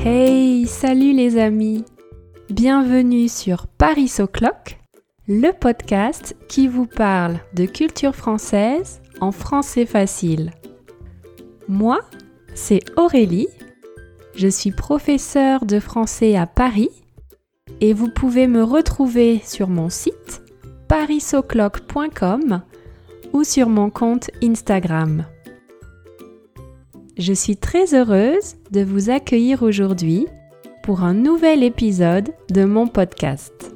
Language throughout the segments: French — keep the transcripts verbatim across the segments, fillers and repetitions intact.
Hey, salut les amis! Bienvenue sur Paris O'Clock, le podcast qui vous parle de culture française en français facile. Moi, c'est Aurélie, je suis professeure de français à Paris et vous pouvez me retrouver sur mon site paris o'clock point com ou sur mon compte Instagram. Je suis très heureuse de vous accueillir aujourd'hui pour un nouvel épisode de mon podcast.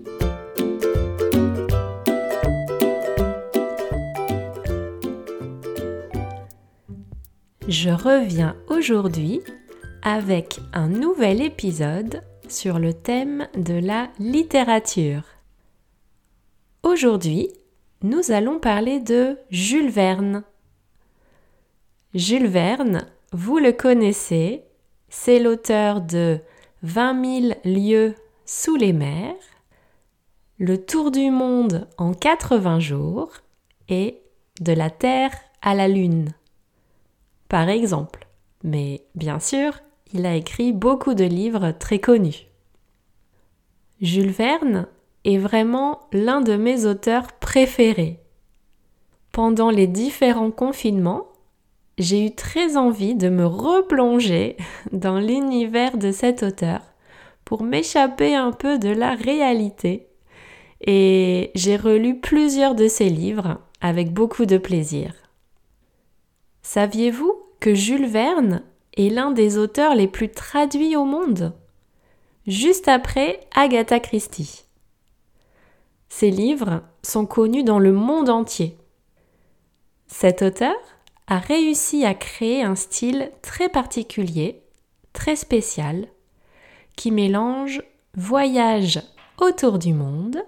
Je reviens aujourd'hui avec un nouvel épisode sur le thème de la littérature. Aujourd'hui, nous allons parler de Jules Verne. Jules Verne, vous le connaissez, c'est l'auteur de vingt mille lieues sous les mers, Le tour du monde en quatre-vingts jours et De la Terre à la Lune, par exemple. Mais bien sûr, il a écrit beaucoup de livres très connus. Jules Verne est vraiment l'un de mes auteurs préférés. Pendant les différents confinements, j'ai eu très envie de me replonger dans l'univers de cet auteur pour m'échapper un peu de la réalité. Et j'ai relu plusieurs de ses livres avec beaucoup de plaisir. Saviez-vous que Jules Verne est l'un des auteurs les plus traduits au monde, juste après Agatha Christie? Ses livres sont connus dans le monde entier. Cet auteur a réussi à créer un style très particulier, très spécial, qui mélange voyage autour du monde,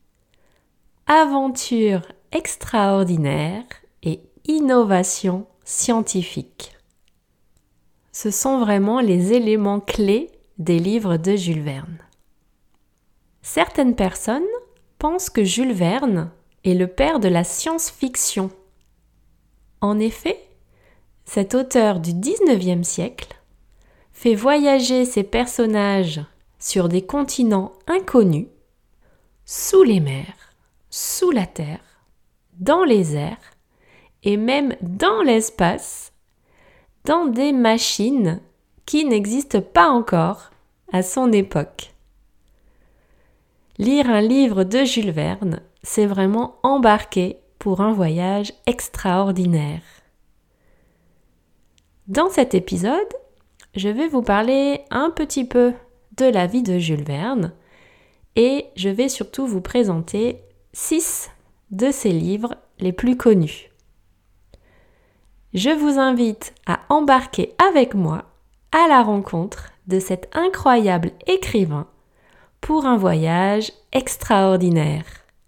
aventure extraordinaire et innovation scientifique. Ce sont vraiment les éléments clés des livres de Jules Verne. Certaines personnes pensent que Jules Verne est le père de la science-fiction. En effet, cet auteur du dix-neuvième siècle fait voyager ses personnages sur des continents inconnus, sous les mers, sous la terre, dans les airs et même dans l'espace, dans des machines qui n'existent pas encore à son époque. Lire un livre de Jules Verne, c'est vraiment embarquer pour un voyage extraordinaire. Dans cet épisode, je vais vous parler un petit peu de la vie de Jules Verne et je vais surtout vous présenter six de ses livres les plus connus. Je vous invite à embarquer avec moi à la rencontre de cet incroyable écrivain pour un voyage extraordinaire.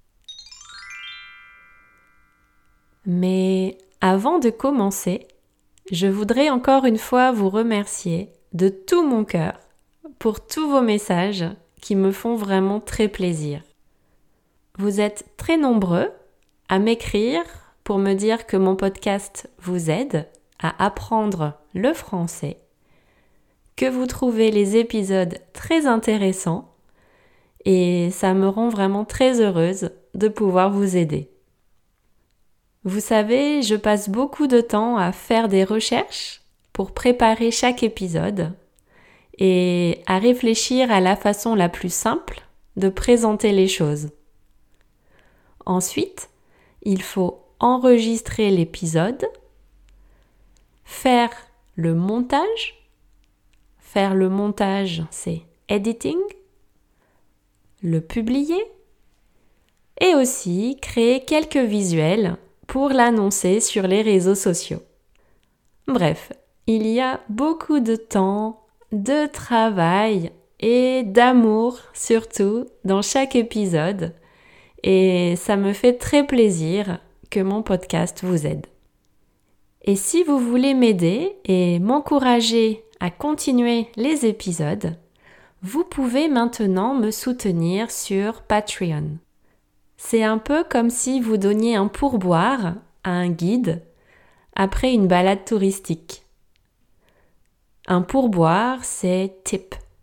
Mais avant de commencer, je voudrais encore une fois vous remercier de tout mon cœur pour tous vos messages qui me font vraiment très plaisir. Vous êtes très nombreux à m'écrire pour me dire que mon podcast vous aide à apprendre le français, que vous trouvez les épisodes très intéressants et ça me rend vraiment très heureuse de pouvoir vous aider. Vous savez, je passe beaucoup de temps à faire des recherches pour préparer chaque épisode et à réfléchir à la façon la plus simple de présenter les choses. Ensuite, il faut enregistrer l'épisode, faire le montage. Faire le montage, c'est editing, le publier et aussi créer quelques visuels pour l'annoncer sur les réseaux sociaux. Bref, il y a beaucoup de temps, de travail et d'amour surtout dans chaque épisode et ça me fait très plaisir que mon podcast vous aide. Et si vous voulez m'aider et m'encourager à continuer les épisodes, vous pouvez maintenant me soutenir sur Patreon. C'est un peu comme si vous donniez un pourboire à un guide après une balade touristique. Un pourboire, c'est tip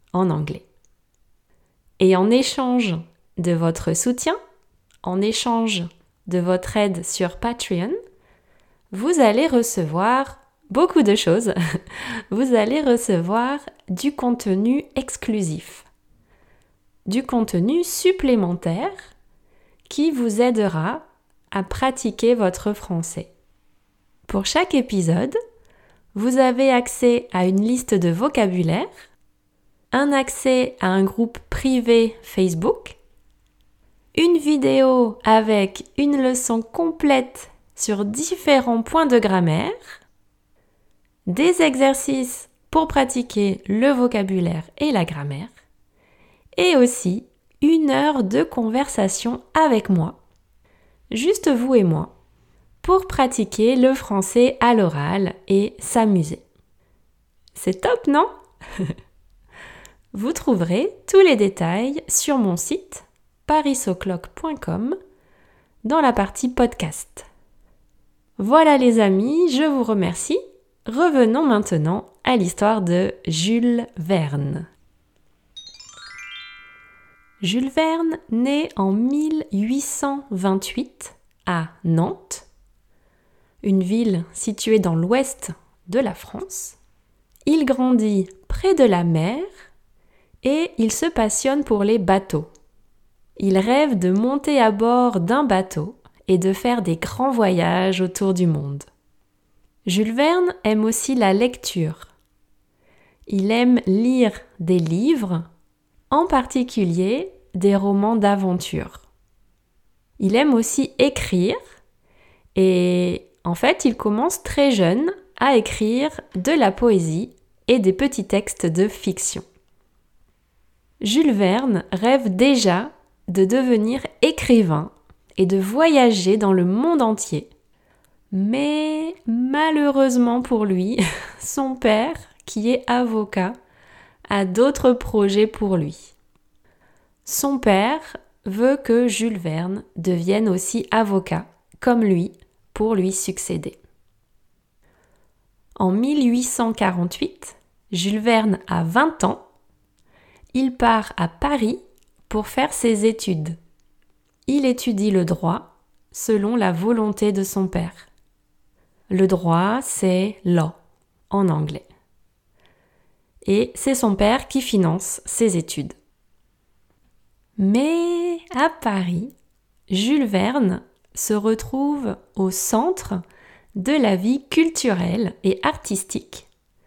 en anglais. Et en échange de votre soutien, en échange de votre aide sur Patreon, vous allez recevoir beaucoup de choses. Vous allez recevoir du contenu exclusif, du contenu supplémentaire qui vous aidera à pratiquer votre français. Pour chaque épisode, vous avez accès à une liste de vocabulaire, un accès à un groupe privé Facebook, une vidéo avec une leçon complète sur différents points de grammaire, des exercices pour pratiquer le vocabulaire et la grammaire, et aussi une heure de conversation avec moi, juste vous et moi, pour pratiquer le français à l'oral et s'amuser. C'est top, non? Vous trouverez tous les détails sur mon site paris o'clock point com dans la partie podcast. Voilà les amis, je vous remercie. Revenons maintenant à l'histoire de Jules Verne. Jules Verne naît en mille huit cent vingt-huit à Nantes, une ville située dans l'ouest de la France. Il grandit près de la mer et il se passionne pour les bateaux. Il rêve de monter à bord d'un bateau et de faire des grands voyages autour du monde. Jules Verne aime aussi la lecture. Il aime lire des livres, en particulier des romans d'aventure. Il aime aussi écrire et en fait, il commence très jeune à écrire de la poésie et des petits textes de fiction. Jules Verne rêve déjà de devenir écrivain et de voyager dans le monde entier. Mais malheureusement pour lui, son père, qui est avocat, a d'autres projets pour lui. Son père veut que Jules Verne devienne aussi avocat, comme lui, pour lui succéder. En mille huit cent quarante-huit, Jules Verne a vingt ans. Il part à Paris pour faire ses études. Il étudie le droit selon la volonté de son père. Le droit, c'est law en anglais. Et c'est son père qui finance ses études. Mais à Paris, Jules Verne se retrouve au centre de la vie culturelle et artistique.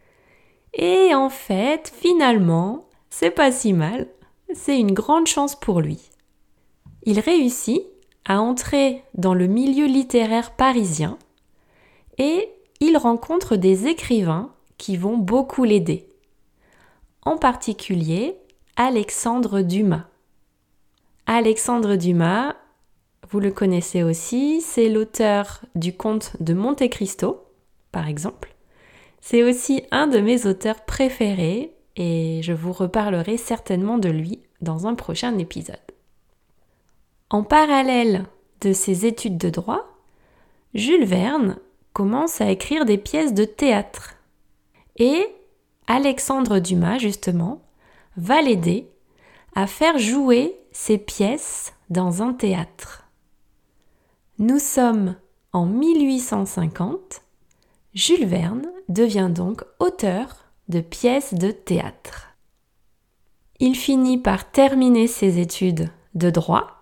Et en fait, finalement, c'est pas si mal, c'est une grande chance pour lui. Il réussit à entrer dans le milieu littéraire parisien et il rencontre des écrivains qui vont beaucoup l'aider. En particulier, Alexandre Dumas. Alexandre Dumas, vous le connaissez aussi, c'est l'auteur du Comte de Monte Cristo, par exemple. C'est aussi un de mes auteurs préférés et je vous reparlerai certainement de lui dans un prochain épisode. En parallèle de ses études de droit, Jules Verne commence à écrire des pièces de théâtre. Et Alexandre Dumas, justement, va l'aider à faire jouer ses pièces dans un théâtre. Nous sommes en mille huit cent cinquante. Jules Verne devient donc auteur de pièces de théâtre. Il finit par terminer ses études de droit,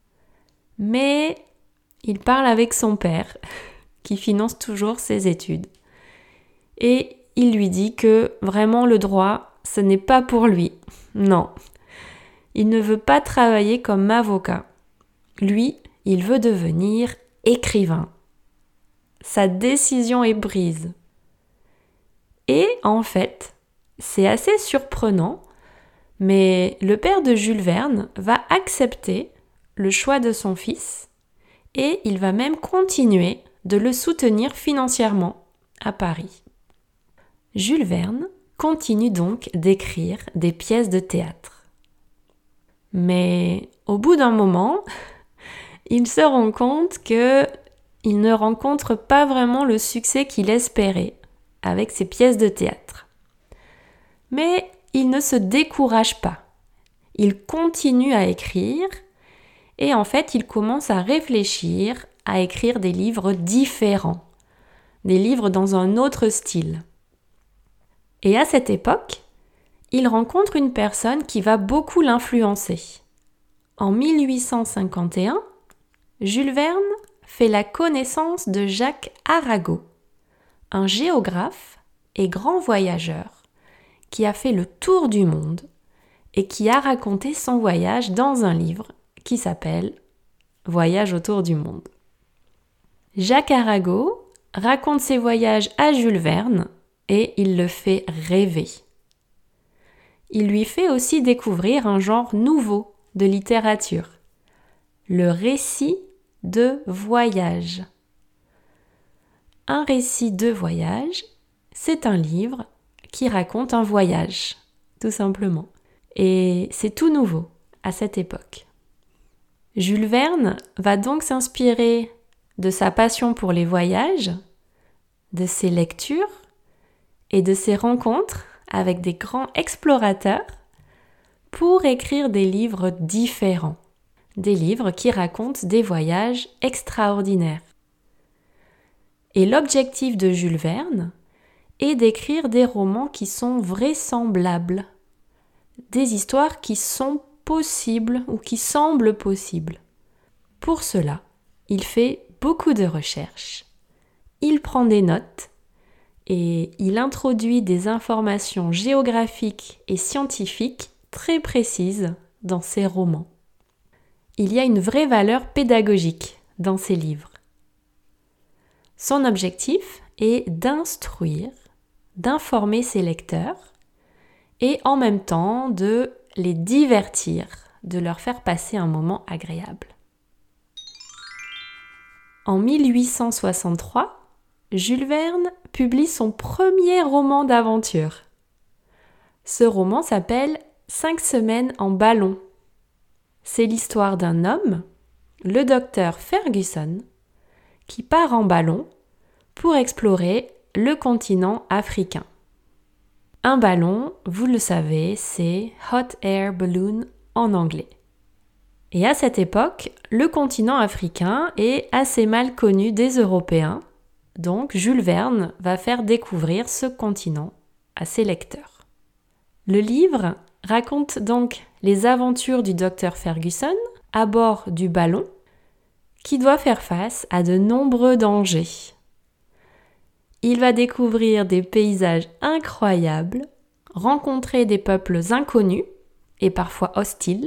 mais il parle avec son père, qui finance toujours ses études. Et il lui dit que vraiment le droit, ce n'est pas pour lui. Non, il ne veut pas travailler comme avocat. Lui, il veut devenir écrivain. Sa décision est prise. Et en fait, c'est assez surprenant, mais le père de Jules Verne va accepter le choix de son fils et il va même continuer de le soutenir financièrement à Paris. Jules Verne continue donc d'écrire des pièces de théâtre. Mais au bout d'un moment, il se rend compte qu'il ne rencontre pas vraiment le succès qu'il espérait avec ses pièces de théâtre. Mais il ne se décourage pas. Il continue à écrire et en fait, il commence à réfléchir à écrire des livres différents, des livres dans un autre style. Et à cette époque, il rencontre une personne qui va beaucoup l'influencer. En mille huit cent cinquante et un, Jules Verne fait la connaissance de Jacques Arago, un géographe et grand voyageur qui a fait le tour du monde et qui a raconté son voyage dans un livre qui s'appelle « Voyage autour du monde ». Jacques Arago raconte ses voyages à Jules Verne et il le fait rêver. Il lui fait aussi découvrir un genre nouveau de littérature, le récit de voyage. Un récit de voyage, c'est un livre qui raconte un voyage, tout simplement. Et c'est tout nouveau à cette époque. Jules Verne va donc s'inspirer de sa passion pour les voyages, de ses lectures et de ses rencontres avec des grands explorateurs pour écrire des livres différents, des livres qui racontent des voyages extraordinaires. Et l'objectif de Jules Verne est d'écrire des romans qui sont vraisemblables, des histoires qui sont possibles ou qui semblent possibles. Pour cela, il fait beaucoup de recherches, il prend des notes et il introduit des informations géographiques et scientifiques très précises dans ses romans. Il y a une vraie valeur pédagogique dans ses livres. Son objectif est d'instruire, d'informer ses lecteurs et en même temps de les divertir, de leur faire passer un moment agréable. En mille huit cent soixante-trois, Jules Verne publie son premier roman d'aventure. Ce roman s'appelle « Cinq semaines en ballon ». C'est l'histoire d'un homme, le docteur Fergusson, qui part en ballon pour explorer le continent africain. Un ballon, vous le savez, c'est « hot air balloon » en anglais. Et à cette époque, le continent africain est assez mal connu des Européens, donc Jules Verne va faire découvrir ce continent à ses lecteurs. Le livre raconte donc les aventures du docteur Fergusson à bord du ballon qui doit faire face à de nombreux dangers. Il va découvrir des paysages incroyables, rencontrer des peuples inconnus et parfois hostiles,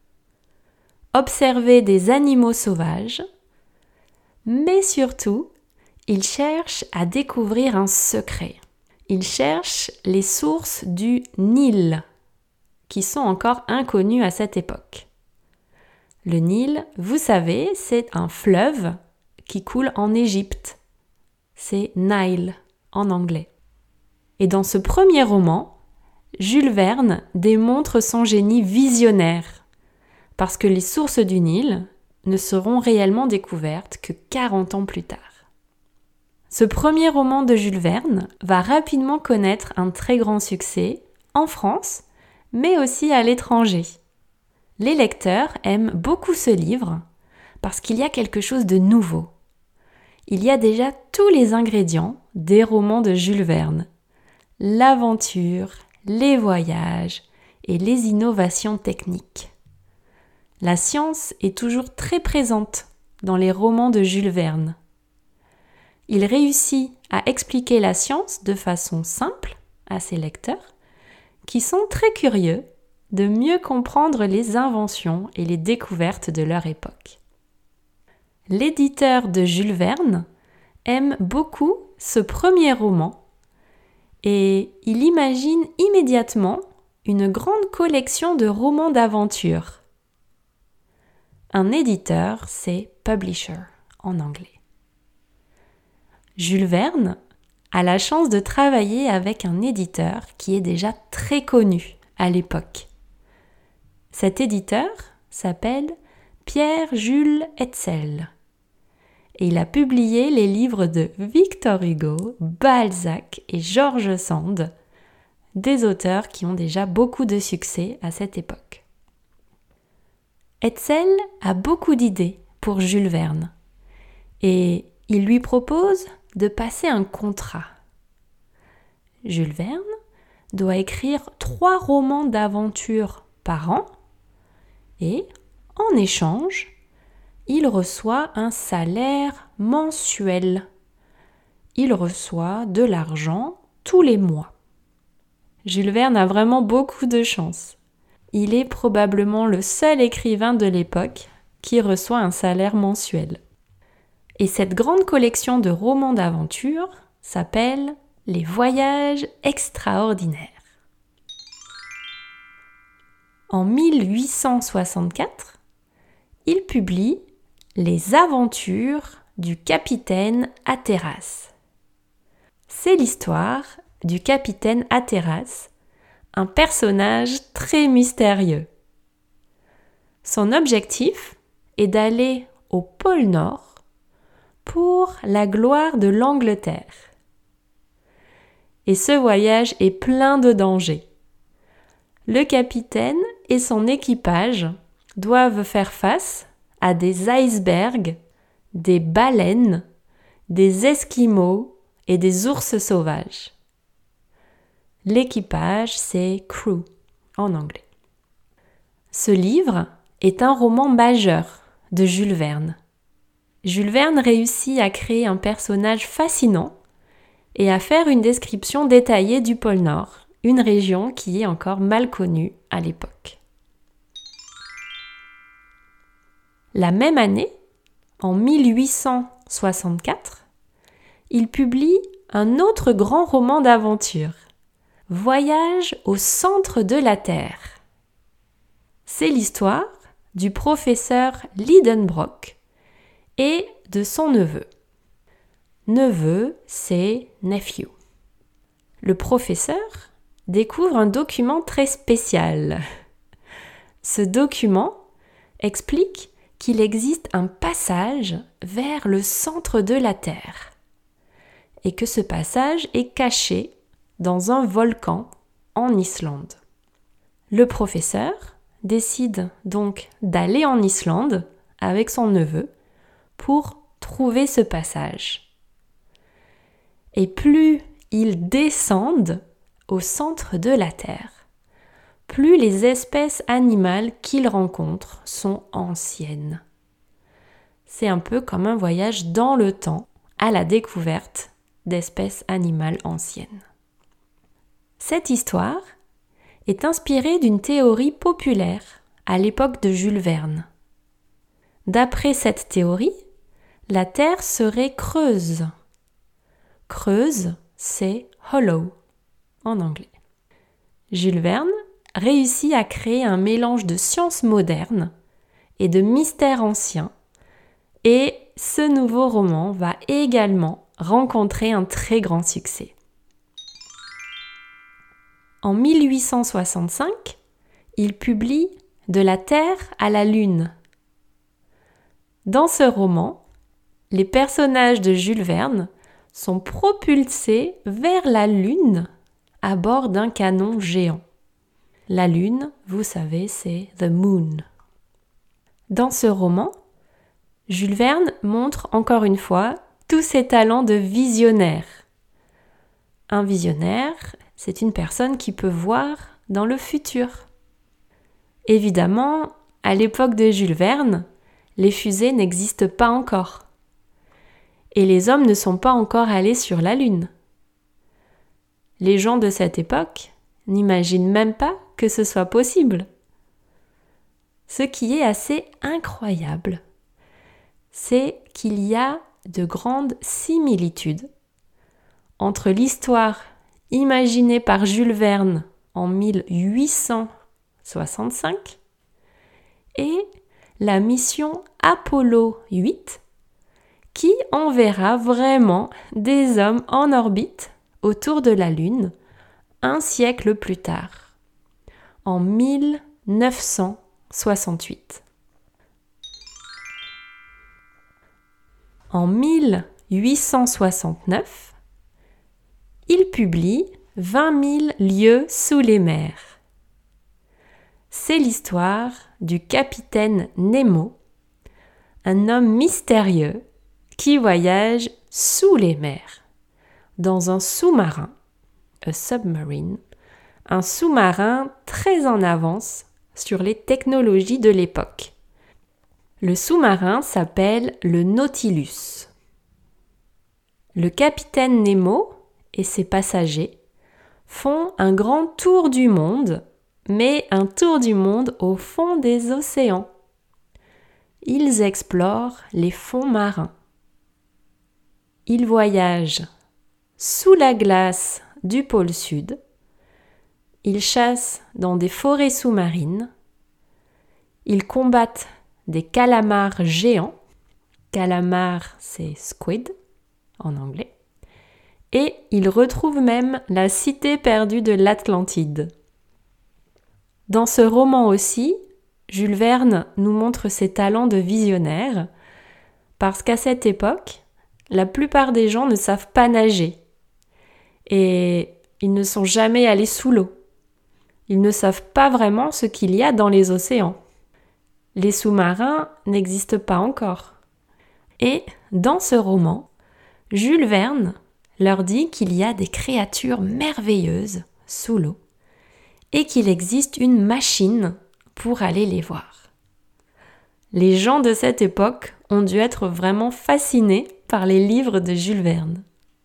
observer des animaux sauvages, mais surtout, il cherche à découvrir un secret. Il cherche les sources du Nil, qui sont encore inconnues à cette époque. Le Nil, vous savez, c'est un fleuve qui coule en Égypte. C'est Nile en anglais. Et dans ce premier roman, Jules Verne démontre son génie visionnaire, parce que les sources du Nil ne seront réellement découvertes que quarante ans plus tard. Ce premier roman de Jules Verne va rapidement connaître un très grand succès en France, mais aussi à l'étranger. Les lecteurs aiment beaucoup ce livre parce qu'il y a quelque chose de nouveau. Il y a déjà tous les ingrédients des romans de Jules Verne. L'aventure, les voyages et les innovations techniques. La science est toujours très présente dans les romans de Jules Verne. Il réussit à expliquer la science de façon simple à ses lecteurs, qui sont très curieux de mieux comprendre les inventions et les découvertes de leur époque. L'éditeur de Jules Verne aime beaucoup ce premier roman et il imagine immédiatement une grande collection de romans d'aventure. Un éditeur, c'est publisher en anglais. Jules Verne a la chance de travailler avec un éditeur qui est déjà très connu à l'époque. Cet éditeur s'appelle Pierre-Jules Hetzel et il a publié les livres de Victor Hugo, Balzac et George Sand, des auteurs qui ont déjà beaucoup de succès à cette époque. Hetzel a beaucoup d'idées pour Jules Verne et il lui propose de passer un contrat. Jules Verne doit écrire trois romans d'aventure par an et, en échange, il reçoit un salaire mensuel. Il reçoit de l'argent tous les mois. Jules Verne a vraiment beaucoup de chance. Il est probablement le seul écrivain de l'époque qui reçoit un salaire mensuel. Et cette grande collection de romans d'aventure s'appelle « Les Voyages extraordinaires ». En mille huit cent soixante-quatre, il publie « Les aventures du capitaine Hatteras ». C'est l'histoire du capitaine Hatteras, un personnage très mystérieux. Son objectif est d'aller au pôle Nord pour la gloire de l'Angleterre. Et ce voyage est plein de dangers. Le capitaine et son équipage doivent faire face à des icebergs, des baleines, des esquimaux et des ours sauvages. L'équipage, c'est crew en anglais. Ce livre est un roman majeur de Jules Verne. Jules Verne réussit à créer un personnage fascinant et à faire une description détaillée du pôle Nord, une région qui est encore mal connue à l'époque. La même année, en mille huit cent soixante-quatre, il publie un autre grand roman d'aventure, Voyage au centre de la Terre. C'est l'histoire du professeur Lidenbrock et de son neveu. Neveu, c'est nephew. Le professeur découvre un document très spécial. Ce document explique qu'il existe un passage vers le centre de la Terre et que ce passage est caché dans un volcan en Islande. Le professeur décide donc d'aller en Islande avec son neveu pour trouver ce passage. Et plus ils descendent au centre de la Terre, plus les espèces animales qu'ils rencontrent sont anciennes. C'est un peu comme un voyage dans le temps à la découverte d'espèces animales anciennes. Cette histoire est inspirée d'une théorie populaire à l'époque de Jules Verne. D'après cette théorie, la Terre serait creuse. Creuse, c'est hollow en anglais. Jules Verne réussit à créer un mélange de sciences modernes et de mystères anciens, et ce nouveau roman va également rencontrer un très grand succès. En mille huit cent soixante-cinq, il publie « De la Terre à la Lune ». Dans ce roman, les personnages de Jules Verne sont propulsés vers la Lune à bord d'un canon géant. La Lune, vous savez, c'est « the moon ». Dans ce roman, Jules Verne montre encore une fois tous ses talents de visionnaire. Un visionnaire, c'est une personne qui peut voir dans le futur. Évidemment, à l'époque de Jules Verne, les fusées n'existent pas encore. Et les hommes ne sont pas encore allés sur la Lune. Les gens de cette époque n'imaginent même pas que ce soit possible. Ce qui est assez incroyable, c'est qu'il y a de grandes similitudes entre l'histoire imaginée par Jules Verne en mille huit cent soixante-cinq et la mission Apollo huit qui enverra vraiment des hommes en orbite autour de la Lune un siècle plus tard, en mille neuf cent soixante-huit. En mille huit cent soixante-neuf, il publie vingt mille lieues sous les mers. C'est l'histoire du capitaine Nemo, un homme mystérieux qui voyage sous les mers, dans un sous-marin, a submarine, un sous-marin très en avance sur les technologies de l'époque. Le sous-marin s'appelle le Nautilus. Le capitaine Nemo et ses passagers font un grand tour du monde, mais un tour du monde au fond des océans. Ils explorent les fonds marins. Ils voyagent sous la glace du pôle sud. Ils chassent dans des forêts sous-marines. Ils combattent des calamars géants. Calamar, c'est squid en anglais. Et ils retrouvent même la cité perdue de l'Atlantide. Dans ce roman aussi, Jules Verne nous montre ses talents de visionnaire, parce qu'à cette époque, la plupart des gens ne savent pas nager et ils ne sont jamais allés sous l'eau. Ils ne savent pas vraiment ce qu'il y a dans les océans. Les sous-marins n'existent pas encore. Et dans ce roman, Jules Verne leur dit qu'il y a des créatures merveilleuses sous l'eau et qu'il existe une machine pour aller les voir. Les gens de cette époque ont dû être vraiment fascinés par les livres de Jules Verne.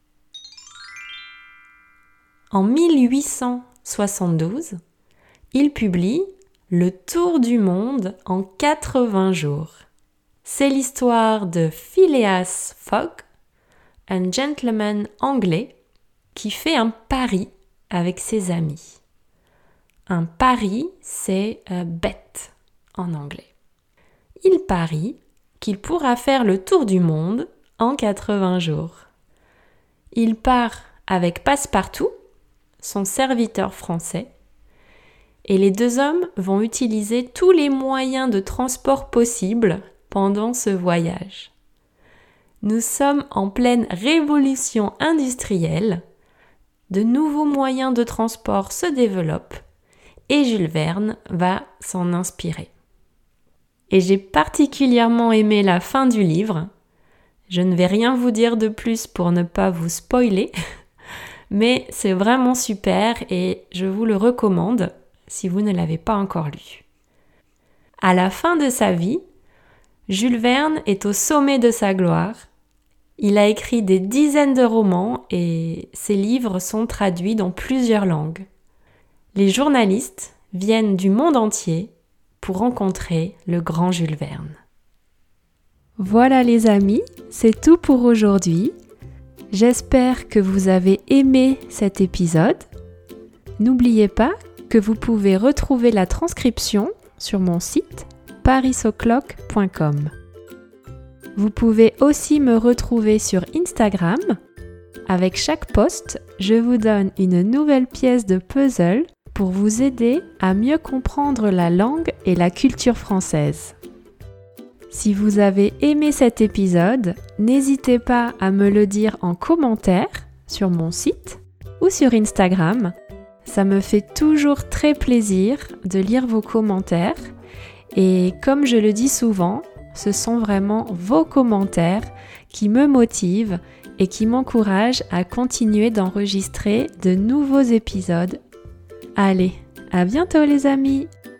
En mille huit cent soixante-douze, il publie Le Tour du monde en quatre-vingts jours. C'est l'histoire de Phileas Fogg, un gentleman anglais qui fait un pari avec ses amis. Un pari, c'est a bet en anglais. Il parie qu'il pourra faire le tour du monde en quatre-vingts jours. Il part avec Passepartout, son serviteur français, et les deux hommes vont utiliser tous les moyens de transport possibles pendant ce voyage. Nous sommes en pleine révolution industrielle, de nouveaux moyens de transport se développent et Jules Verne va s'en inspirer. Et j'ai particulièrement aimé la fin du livre. Je ne vais rien vous dire de plus pour ne pas vous spoiler, mais c'est vraiment super et je vous le recommande si vous ne l'avez pas encore lu. À la fin de sa vie, Jules Verne est au sommet de sa gloire. Il a écrit des dizaines de romans et ses livres sont traduits dans plusieurs langues. Les journalistes viennent du monde entier pour rencontrer le grand Jules Verne. Voilà les amis, c'est tout pour aujourd'hui. J'espère que vous avez aimé cet épisode. N'oubliez pas que vous pouvez retrouver la transcription sur mon site paris o'clock point com. Vous pouvez aussi me retrouver sur Instagram. Avec chaque post, je vous donne une nouvelle pièce de puzzle pour vous aider à mieux comprendre la langue et la culture française. Si vous avez aimé cet épisode, n'hésitez pas à me le dire en commentaire sur mon site ou sur Instagram. Ça me fait toujours très plaisir de lire vos commentaires et comme je le dis souvent, ce sont vraiment vos commentaires qui me motivent et qui m'encouragent à continuer d'enregistrer de nouveaux épisodes. Allez, à bientôt les amis!